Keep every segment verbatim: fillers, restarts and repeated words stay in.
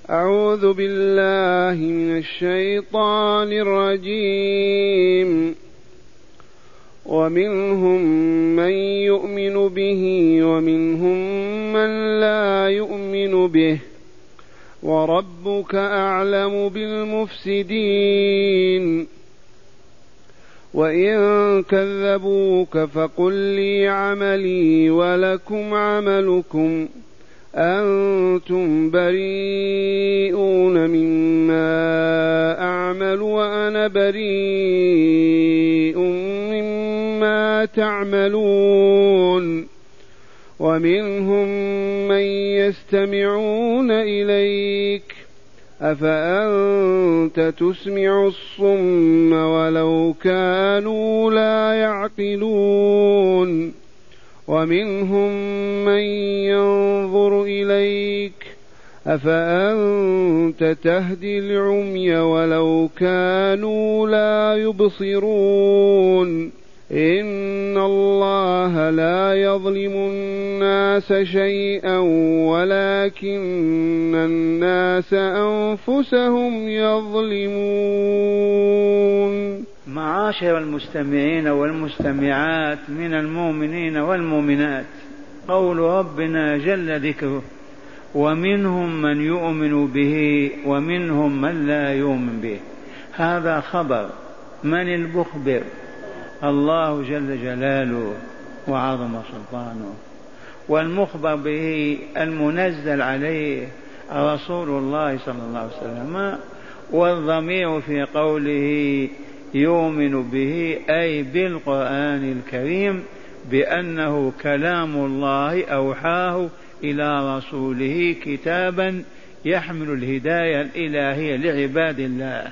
أعوذ بالله من الشيطان الرجيم. ومنهم من يؤمن به ومنهم من لا يؤمن به وربك أعلم بالمفسدين. وإن كذبوك فقل لي عملي ولكم عملكم أنتم بريئون مما أعمل وأنا بريء مما تعملون. ومنهم من يستمعون إليك أفأنت تسمع الصم ولو كانوا لا يعقلون. ومنهم من ينظر إليك أفأنت تهدي العمي ولو كانوا لا يبصرون. إن الله لا يظلم الناس شيئا ولكن الناس أنفسهم يظلمون. معاشر المستمعين والمستمعات من المؤمنين والمؤمنات، قول ربنا جل ذكره: ومنهم من يؤمن به ومنهم من لا يؤمن به. هذا خبر من المخبر؟ الله جل جلاله وعظم سلطانه، والمخبر به المنزل عليه رسول الله صلى الله عليه وسلم. والضمير في قوله يؤمن به أي بالقرآن الكريم، بأنه كلام الله أوحاه إلى رسوله كتابا يحمل الهداية الإلهية لعباد الله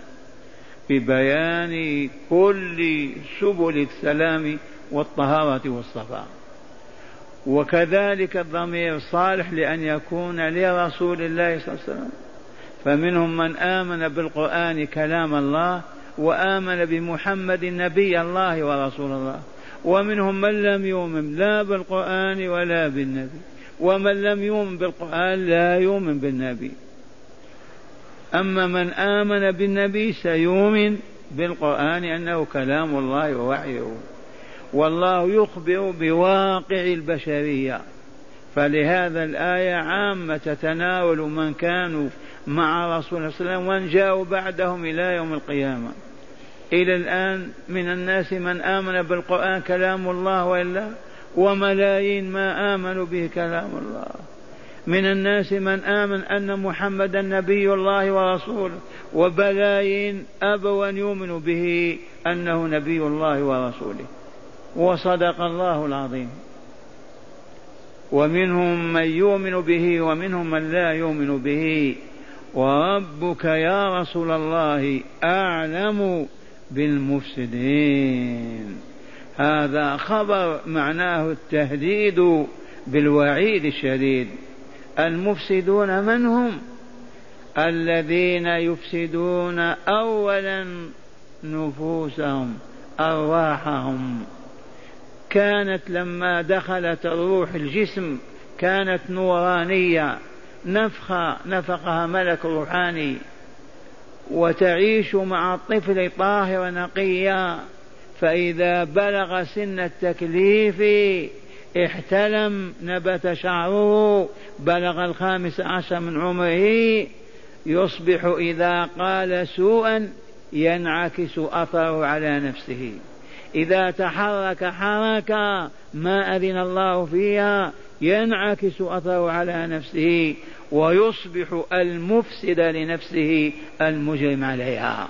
ببيان كل سبل السلام والطهارة والصفاء. وكذلك الضمير صالح لأن يكون لرسول الله صلى الله عليه وسلم. فمنهم من آمن بالقرآن كلام الله وآمن بمحمد نبي الله ورسول الله، ومنهم من لم يؤمن لا بالقرآن ولا بالنبي، ومن لم يؤمن بالقرآن لا يؤمن بالنبي. أما من آمن بالنبي سيؤمن بالقرآن أنه كلام الله ووحيه. والله يخبر بواقع البشرية، فلهذا الآية عامة تتناول من كانوا مع رسول الله صلى الله عليه وسلم ومن جاءوا بعدهم إلى يوم القيامة. إلى الآن من الناس من آمن بالقرآن كلام الله وإلا، وملايين ما آمنوا به كلام الله. من الناس من آمن أن محمدا نبي الله ورسوله، وبلايين أبوا أن يؤمنوا به أنه نبي الله ورسوله. وصدق الله العظيم. ومنهم من يؤمن به ومنهم من لا يؤمن به وربك يا رسول الله أعلم بالمفسدين. هذا خبر معناه التهديد بالوعيد الشديد. المفسدون من هم؟ الذين يفسدون أولا نفوسهم أرواحهم. كانت لما دخلت الروح الجسم كانت نورانية، نفخة نفخها ملك روحاني، وتعيش مع الطفل طاهرة نقية. فإذا بلغ سن التكليف احتلم، نبت شعره، بلغ الخامس عشر من عمره، يصبح إذا قال سوءا ينعكس أثره على نفسه. إذا تحرك حركة ما أذن الله فيها ينعكس أثره على نفسه، ويصبح المفسد لنفسه المجرم عليها.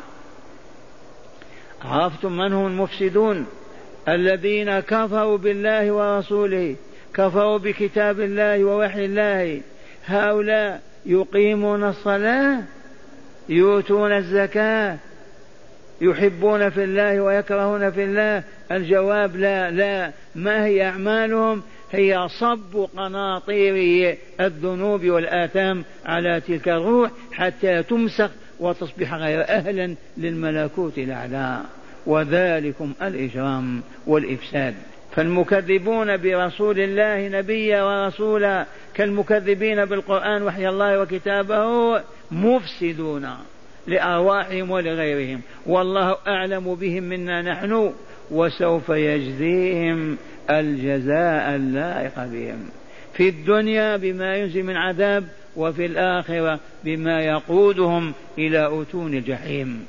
عرفتم من هم المفسدون؟ الذين كفروا بالله ورسوله، كفروا بكتاب الله ووحي الله. هؤلاء يقيمون الصلاة، يؤتون الزكاة، يحبون في الله ويكرهون في الله. الجواب لا لا. ما هي أعمالهم؟ هي صب قناطير الذنوب والآثام على تلك الروح حتى تمسخ وتصبح غير أهلا للملكوت الأعلى، وذلكم الإجرام والإفساد. فالمكذبون برسول الله نبيا ورسولا كالمكذبين بالقرآن وحي الله وكتابه مفسدون لأرواحهم ولغيرهم، والله أعلم بهم منا نحن، وسوف يجزيهم الجزاء اللائق بهم في الدنيا بما ينزل من عذاب، وفي الآخرة بما يقودهم إلى أتون الجحيم.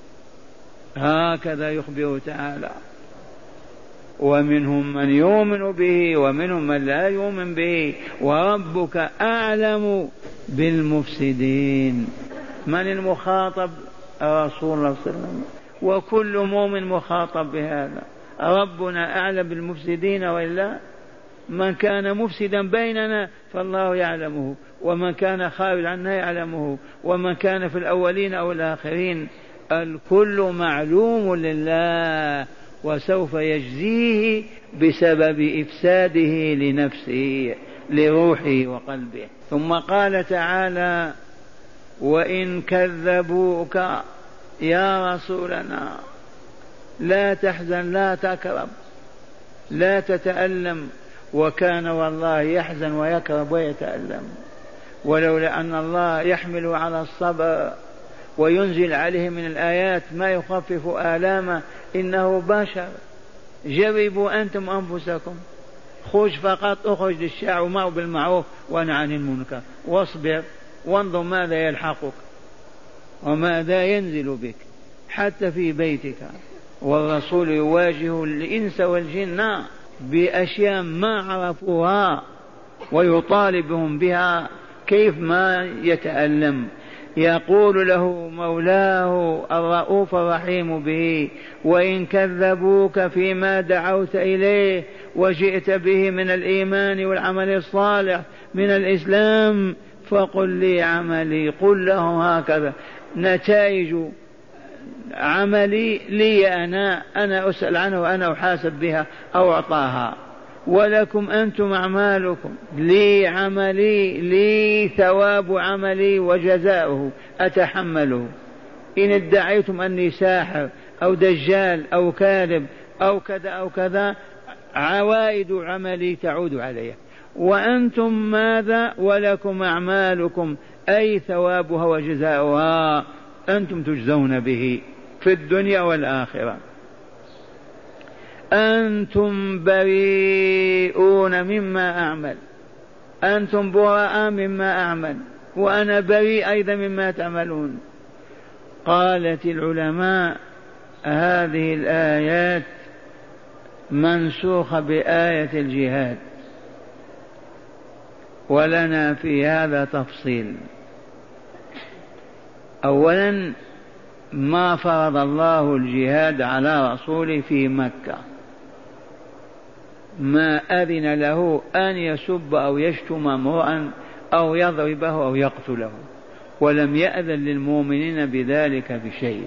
هكذا يخبر تعالى. ومنهم من يؤمن به ومنهم من لا يؤمن به، وربك أعلم بالمفسدين. من المخاطب؟ رسول الله صلى الله عليه وسلم، وكل مؤمن مخاطب بهذا. ربنا أعلم بالمفسدين وإلا؟ من كان مفسدا بيننا فالله يعلمه، ومن كان خارج عنا يعلمه، ومن كان في الأولين أو الآخرين، الكل معلوم لله، وسوف يجزيه بسبب إفساده لنفسه لروحه وقلبه. ثم قال تعالى: وإن كذبوك يا رسولنا لا تحزن لا تكرب لا تتألم. وكان والله يحزن ويكرب ويتألم، ولولا أن الله يحمل على الصبر وينزل عليه من الآيات ما يخفف آلامه، إنه بشر. جربوا أنتم أنفسكم، خرج فقط، أخرج للشارع ومر بالمعروف وانه عن المنكر، واصبر وانظر ماذا يلحقك وماذا ينزل بك حتى في بيتك. والرسول يواجه الإنس والجن بأشياء ما عرفوها ويطالبهم بها، كيف ما يتألم. يقول له مولاه الرؤوف الرحيم به: وإن كذبوك فيما دعوت إليه وجئت به من الإيمان والعمل الصالح من الإسلام فقل لي عملي. قل له هكذا: نتائج عملي لي أنا أنا أسأل عنه وأنا أحاسب بها أو أعطاها، ولكم أنتم أعمالكم. لي عملي، لي ثواب عملي وجزاؤه أتحمله. إن ادعيتم أني ساحر أو دجال أو كاذب أو كذا أو كذا، عوائد عملي تعود علي، وأنتم ماذا؟ ولكم أعمالكم، أي ثوابها وجزاؤها أنتم تجزون به في الدنيا والآخرة. أنتم بريئون مما أعمل، أنتم براء مما أعمل، وأنا بريء أيضا مما تعملون. قالت العلماء: هذه الآيات منسوخة بآية الجهاد، ولنا في هذا تفصيل. أولا، ما فرض الله الجهاد على رسوله في مكة، ما أذن له أن يسب أو يشتم امرأ أو يضربه أو يقتله، ولم يأذن للمؤمنين بذلك بشيء.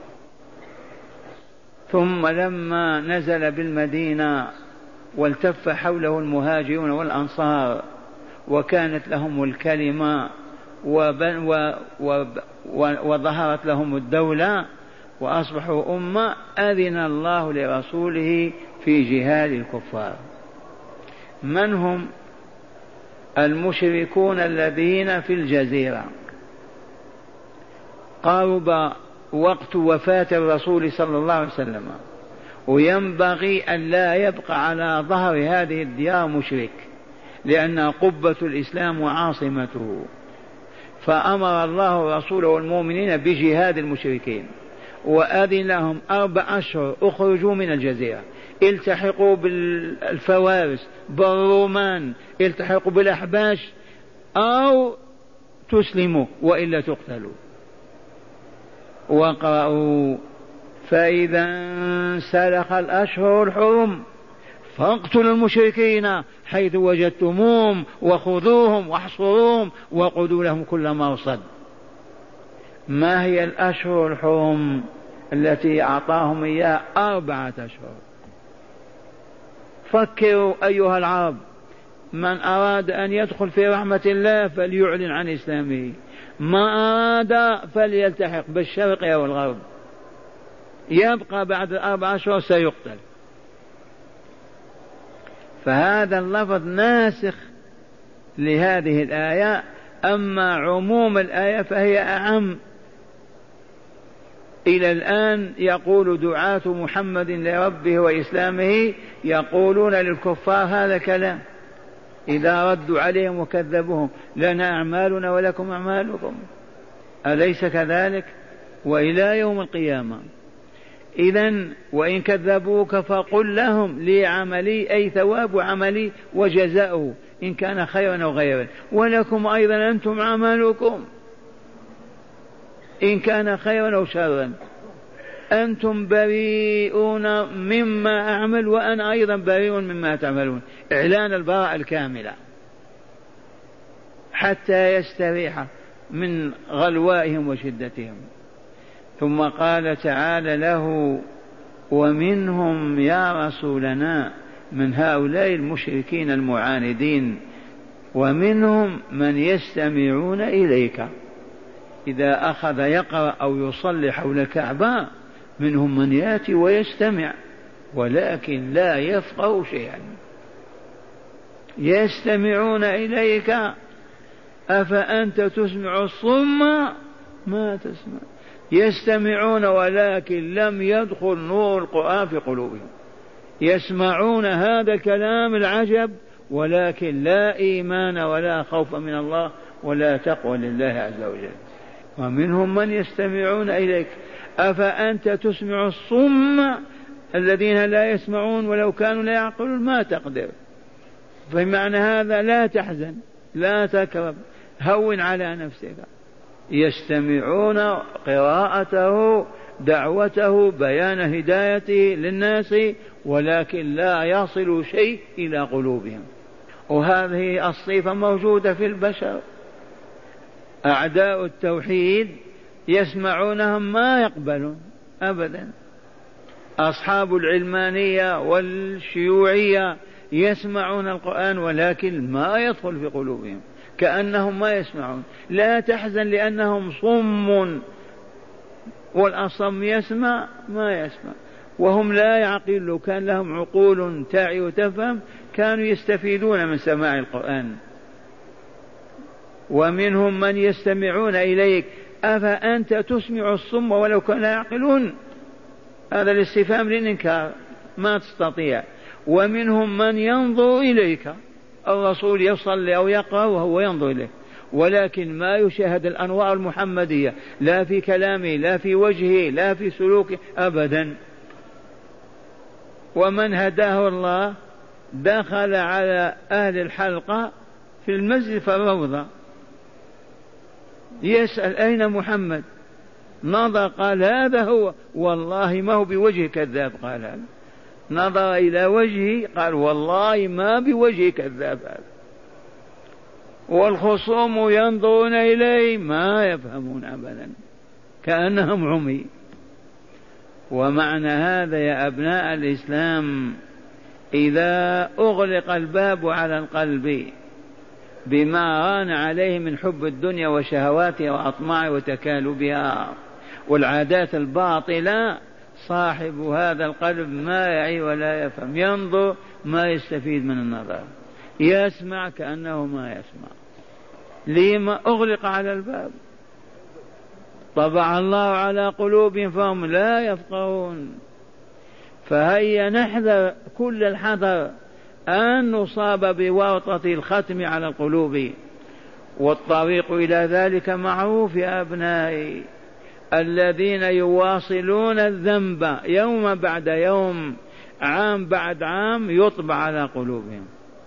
ثم لما نزل بالمدينة والتف حوله المهاجرون والأنصار وكانت لهم الكلمة وظهرت لهم الدولة وأصبحوا أمة، أذن الله لرسوله في جهاد الكفار. من هم؟ المشركون الذين في الجزيرة. قرب وقت وفاة الرسول صلى الله عليه وسلم، وينبغي أن لا يبقى على ظهر هذه الديار مشرك، لأنها قبة الإسلام وعاصمته. فأمر الله رسوله والمؤمنين بجهاد المشركين، وأذن لهم أربع أشهر: اخرجوا من الجزيرة، التحقوا بالفوارس بالرومان، التحقوا بالأحباش، أو تسلموا وإلا تقتلوا. واقرأوا: فإذا انسلخ الأشهر الحرم فاقتلوا المشركين حيث وجدتموهم وخذوهم واحصروهم وقعدوا لهم كل مرصد. ما هي الأشهر الحرم التي أعطاهم إياها؟ أربعة أشهر. فكروا أيها العرب، من أراد أن يدخل في رحمة الله فليعلن عن إسلامه، ما أراد فليلتحق بالشرق أو الغرب، يبقى بعد الأربع أشهر سيقتل. فهذا اللفظ ناسخ لهذه الآية: أما عموم الآية فهي أعم. إلى الآن يقول دعاة محمد لربه وإسلامه يقولون للكفار هذا كلام إذا ردوا عليهم وكذبوهم: لنا أعمالنا ولكم أعمالكم. أليس كذلك؟ وإلى يوم القيامة. إذن وإن كذبوك فقل لهم: لي عملي، أي ثواب عملي وجزاؤه إن كان خيرا أو غيرا، ولكم أيضا أنتم عملكم إن كان خيرا أو شرا. أنتم بريئون مما أعمل وأنا أيضا بريء مما تعملون. إعلان البراءة الكاملة حتى يستريح من غلوائهم وشدتهم. ثم قال تعالى له: ومنهم يا رسولنا، من هؤلاء المشركين المعاندين، ومنهم من يستمعون إليك. إذا أخذ يقرأ أو يصلي حول الكعبة منهم من يأتي ويستمع ولكن لا يفقه شيئا. يستمعون إليك أفأنت تسمع الصم؟ ما تسمع. يستمعون ولكن لم يدخل نور القرآن في قلوبهم. يسمعون هذا الكلام العجب ولكن لا إيمان ولا خوف من الله ولا تقوى لله عز وجل. ومنهم من يستمعون إليك أفأنت تسمع الصم الذين لا يسمعون ولو كانوا لا يعقلون. ما تقدر. فمعنى هذا لا تحزن، لا تكرب، هون على نفسك. يستمعون قراءته، دعوته، بيان هدايته للناس، ولكن لا يصل شيء إلى قلوبهم. وهذه الصفة موجودة في البشر. أعداء التوحيد يسمعونهم ما يقبلون أبدا. أصحاب العلمانية والشيوعية يسمعون القرآن ولكن ما يدخل في قلوبهم، كأنهم ما يسمعون. لا تحزن لأنهم صم، والأصم يسمع ما يسمع، وهم لا يعقلون. لو كان لهم عقول تعي وتفهم كانوا يستفيدون من سماع القرآن. ومنهم من يستمعون إليك أفأنت تسمع الصم ولو كانوا لا يعقلون. هذا الاستفهام للإنكار، ما تستطيع. ومنهم من ينظر إليك، الرسول يصلي أو يقرأ وهو ينظر إليه ولكن ما يشاهد الأنوار المحمدية لا في كلامه لا في وجهه لا في سلوكه أبدا. ومن هداه الله دخل على أهل الحلقة في المسجد في الروضة يسأل: أين محمد؟ نظر قال: هذا هو. والله ما هو بوجه كذاب. قال هذا. نظر إلى وجهه قال: والله ما بوجه كذاب هذا. والخصوم ينظرون إليه ما يفهمون أبدا، كأنهم عمي. ومعنى هذا يا أبناء الإسلام، إذا أغلق الباب على القلب بما ران عليه من حب الدنيا وشهواتها وأطماعها وتكالبها والعادات الباطلة، صاحب هذا القلب ما يعي ولا يفهم، ينظر ما يستفيد من النظر، يسمع كأنه ما يسمع. لما أغلق على الباب؟ طبع الله على قلوبهم فهم لا يفقهون. فهيا نحذر كل الحذر أن نصاب بورطة الختم على القلوب، والطريق إلى ذلك معروف يا أبنائي. الذين يواصلون الذنب يوم بعد يوم عام بعد عام يطبع على قلوبهم.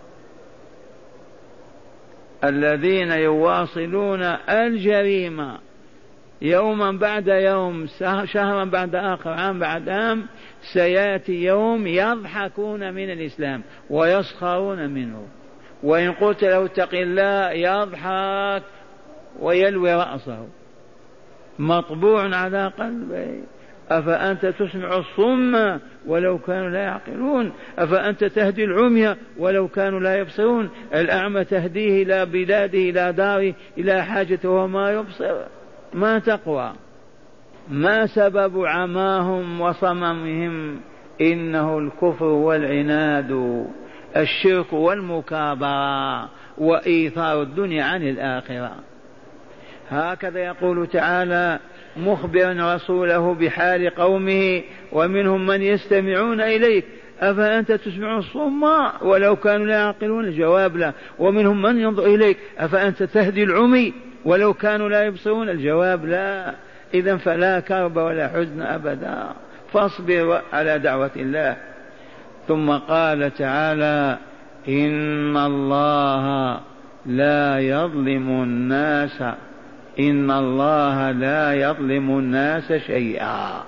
الذين يواصلون الجريمة يوما بعد يوم، شهرا بعد آخر، عام بعد عام، سيأتي يوم يضحكون من الإسلام ويسخرون منه، وإن قلت له اتق الله يضحك ويلوي رأسه. مطبوع على قلبه. أفأنت تسمع الصم ولو كانوا لا يعقلون؟ أفأنت تهدي العمي ولو كانوا لا يبصرون؟ الأعمى تهديه إلى بلاده إلى داره إلى حاجته وما يبصر. ما تقوى. ما سبب عماهم وصممهم؟ إنه الكفر والعناد، الشرك والمكابرة وإيثار الدنيا عن الآخرة. هكذا يقول تعالى مخبرا رسوله بحال قومه: ومنهم من يستمعون إليك أفأنت تسمع الصم ولو كانوا لا يعقلون؟ الجواب لا. ومنهم من ينظر إليك أفأنت تهدي العمي ولو كانوا لا يبصرون؟ الجواب لا. إذن فلا كرب ولا حزن أبدا، فاصبر على دعوة الله. ثم قال تعالى: إن الله لا يظلم الناس إن الله لا يظلم الناس شيئا.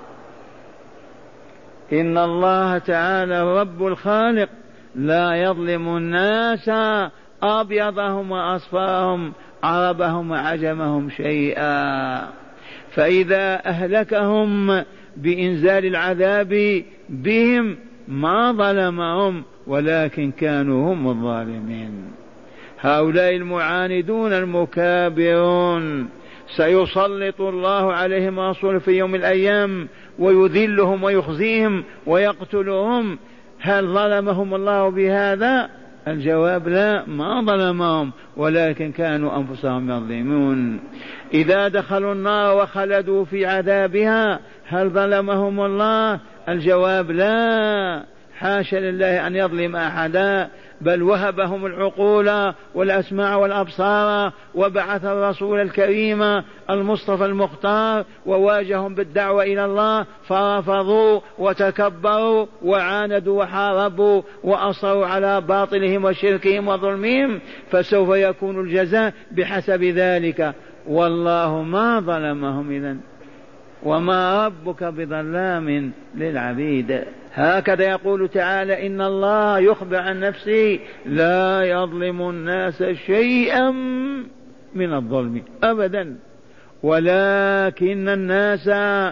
إن الله تعالى رب الخالق لا يظلم الناس أبيضهم وأصفرهم عربهم وعجمهم شيئا، فإذا أهلكهم بإنزال العذاب بهم ما ظلمهم ولكن كانوا هم الظالمين. هؤلاء المعاندون المكابرون سيسلط الله عليهم رسوله في يوم الأيام ويذلهم ويخزيهم ويقتلهم. هل ظلمهم الله بهذا؟ الجواب لا، ما ظلمهم ولكن كانوا أنفسهم يظلمون. إذا دخلوا النار وخلدوا في عذابها هل ظلمهم الله؟ الجواب لا، حاشا لله أن يظلم أحدا، بل وهبهم العقول والأسماع والأبصار وبعث الرسول الكريم المصطفى المختار وواجههم بالدعوة إلى الله فرفضوا وتكبروا وعاندوا وحاربوا وأصروا على باطلهم وشركهم وظلمهم، فسوف يكون الجزاء بحسب ذلك. والله ما ظلمهم إذن، وما ربك بظلام للعبيد. هكذا يقول تعالى: إن الله يخبر عن نفسه لا يظلم الناس شيئا من الظلم أبدا، ولكن الناس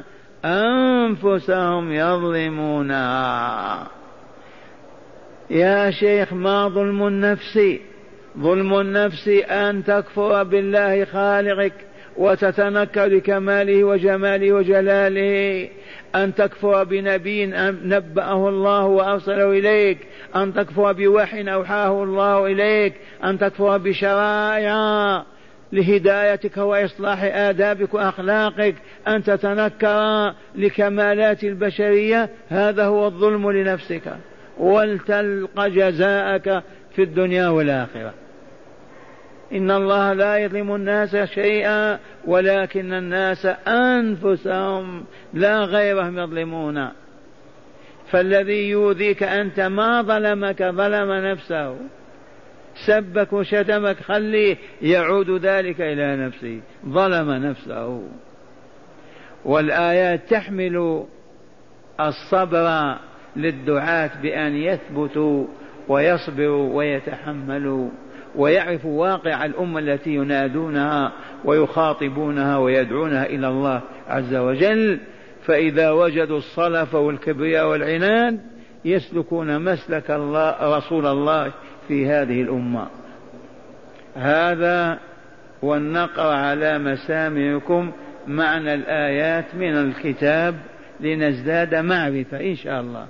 أنفسهم يظلمون. يا شيخ، ما ظلم النفس؟ ظلم النفس أن تكفر بالله خالقك وتتنكر لكماله وجماله وجلاله، أن تكفر بنبي نبأه الله وأرسله إليك، أن تكفر بوحي أوحاه الله إليك، أن تكفر بشرائع لهدايتك وإصلاح آدابك وأخلاقك، أن تتنكر لكمالات البشرية. هذا هو الظلم لنفسك، ولتلقى جزاءك في الدنيا والآخرة. إن الله لا يظلم الناس شيئا ولكن الناس أنفسهم لا غيرهم يظلمون. فالذي يؤذيك أنت ما ظلمك، ظلم نفسه، سبك وشتمك، خليه يعود ذلك إلى نفسه، ظلم نفسه. والآيات تحمل الصبر للدعاة بأن يثبتوا ويصبروا ويتحملوا ويعرفوا واقع الأمة التي ينادونها ويخاطبونها ويدعونها إلى الله عز وجل. فإذا وجدوا الصلف والكبرياء والعناد يسلكون مسلك الله رسول الله في هذه الأمة. هذا ولنقرأ على مسامعكم معنى الآيات من الكتاب لنزداد معرفة إن شاء الله.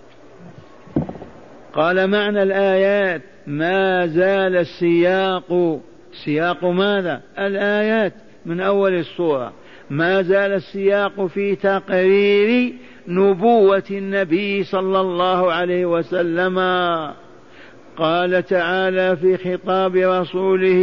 قال: معنى الآيات: ما زال السياق، سياق ماذا؟ الآيات من أول السورة، ما زال السياق في تقرير نبوة النبي صلى الله عليه وسلم. قال تعالى في خطاب رسوله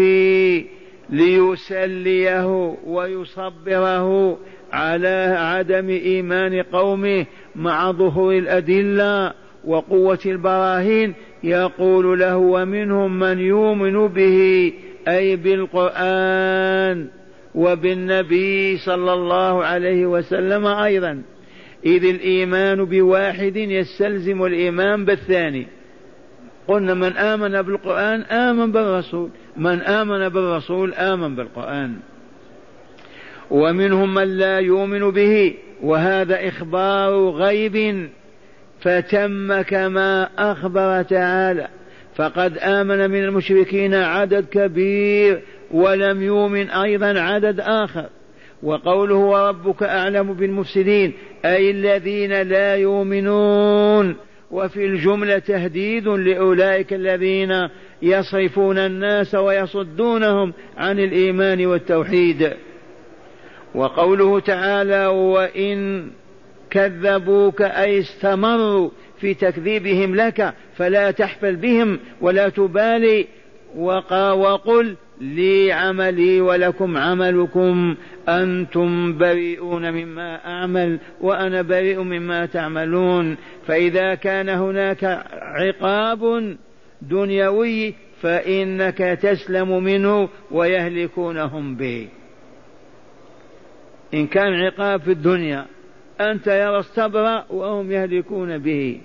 ليسليه ويصبره على عدم إيمان قومه مع ظهور الأدلة وقوة البراهين، يقول له: ومنهم من يؤمن به، أي بالقرآن وبالنبي صلى الله عليه وسلم أيضا، إذ الإيمان بواحد يستلزم الإيمان بالثاني. قلنا: من آمن بالقرآن آمن بالرسول، من آمن بالرسول آمن بالقرآن. ومنهم من لا يؤمن به، وهذا إخبار غيب فتم كما أخبر تعالى، فقد آمن من المشركين عدد كبير ولم يؤمن أيضا عدد آخر. وقوله: وربك أعلم بالمفسدين، أي الذين لا يؤمنون. وفي الجملة تهديد لأولئك الذين يصرفون الناس ويصدونهم عن الإيمان والتوحيد. وقوله تعالى وإن كذبوك أي استمروا في تكذيبهم لك فلا تحفل بهم ولا تبالي، وقل لي عملي ولكم عملكم أنتم بريئون مما أعمل وأنا بريء مما تعملون. فإذا كان هناك عقاب دنيوي فإنك تسلم منه ويهلكونهم به. إن كان عقاب في الدنيا أنت يرى الصبر وهم يهلكون به.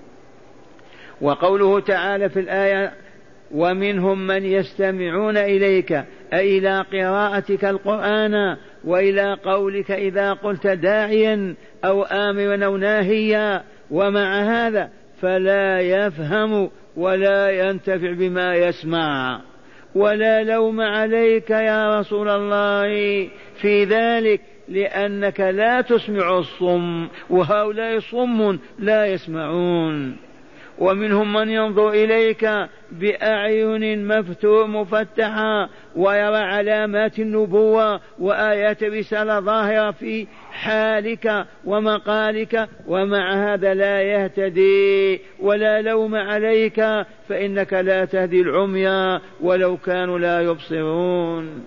وقوله تعالى في الآية ومنهم من يستمعون إليك أي إلى قراءتك القرآن وإلى قولك إذا قلت داعيا أو آمرا أو ناهيا، ومع هذا فلا يفهم ولا ينتفع بما يسمع. ولا لوم عليك يا رسول الله في ذلك، لأنك لا تسمع الصم وهؤلاء صم لا يسمعون. ومنهم من ينظر إليك بأعين مفتوح مفتحة ويرى علامات النبوة وآيات رسالة ظاهرة في حالك ومقالك، ومع هذا لا يهتدي. ولا لوم عليك فإنك لا تهدي العمي ولو كانوا لا يبصرون.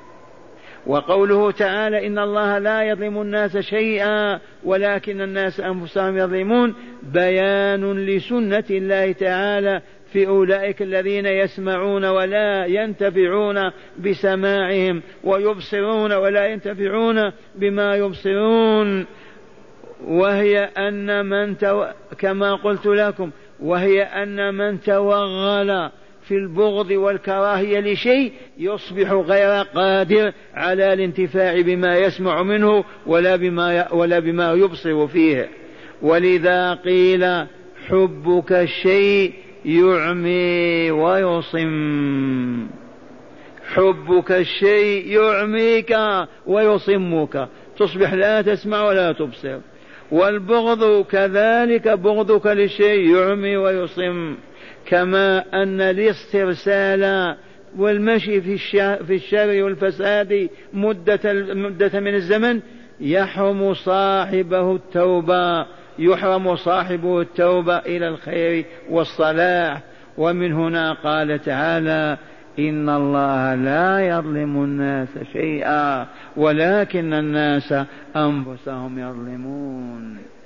وقوله تعالى إن الله لا يظلم الناس شيئا ولكن الناس أنفسهم يظلمون بيان لسنة الله تعالى في أولئك الذين يسمعون ولا ينتفعون بسماعهم ويبصرون ولا ينتفعون بما يبصرون. وهي أن من تو... كما قلت لكم وهي أن من توغل في البغض والكراهية لشيء يصبح غير قادر على الانتفاع بما يسمع منه ولا بما, ولا بما يبصر فيه. ولذا قيل حبك الشيء يعمي ويصم. حبك الشيء يعميك ويصمك، تصبح لا تسمع ولا تبصر. والبغض كذلك، بغضك للشيء يعمي ويصم. كما أن الاسترسال والمشي في الشر والفساد مدة, مدة من الزمن يحرم صاحبه التوبة، يحرم صاحبه التوبة إلى الخير والصلاح. ومن هنا قال تعالى إن الله لا يظلم الناس شيئا ولكن الناس أنفسهم يظلمون.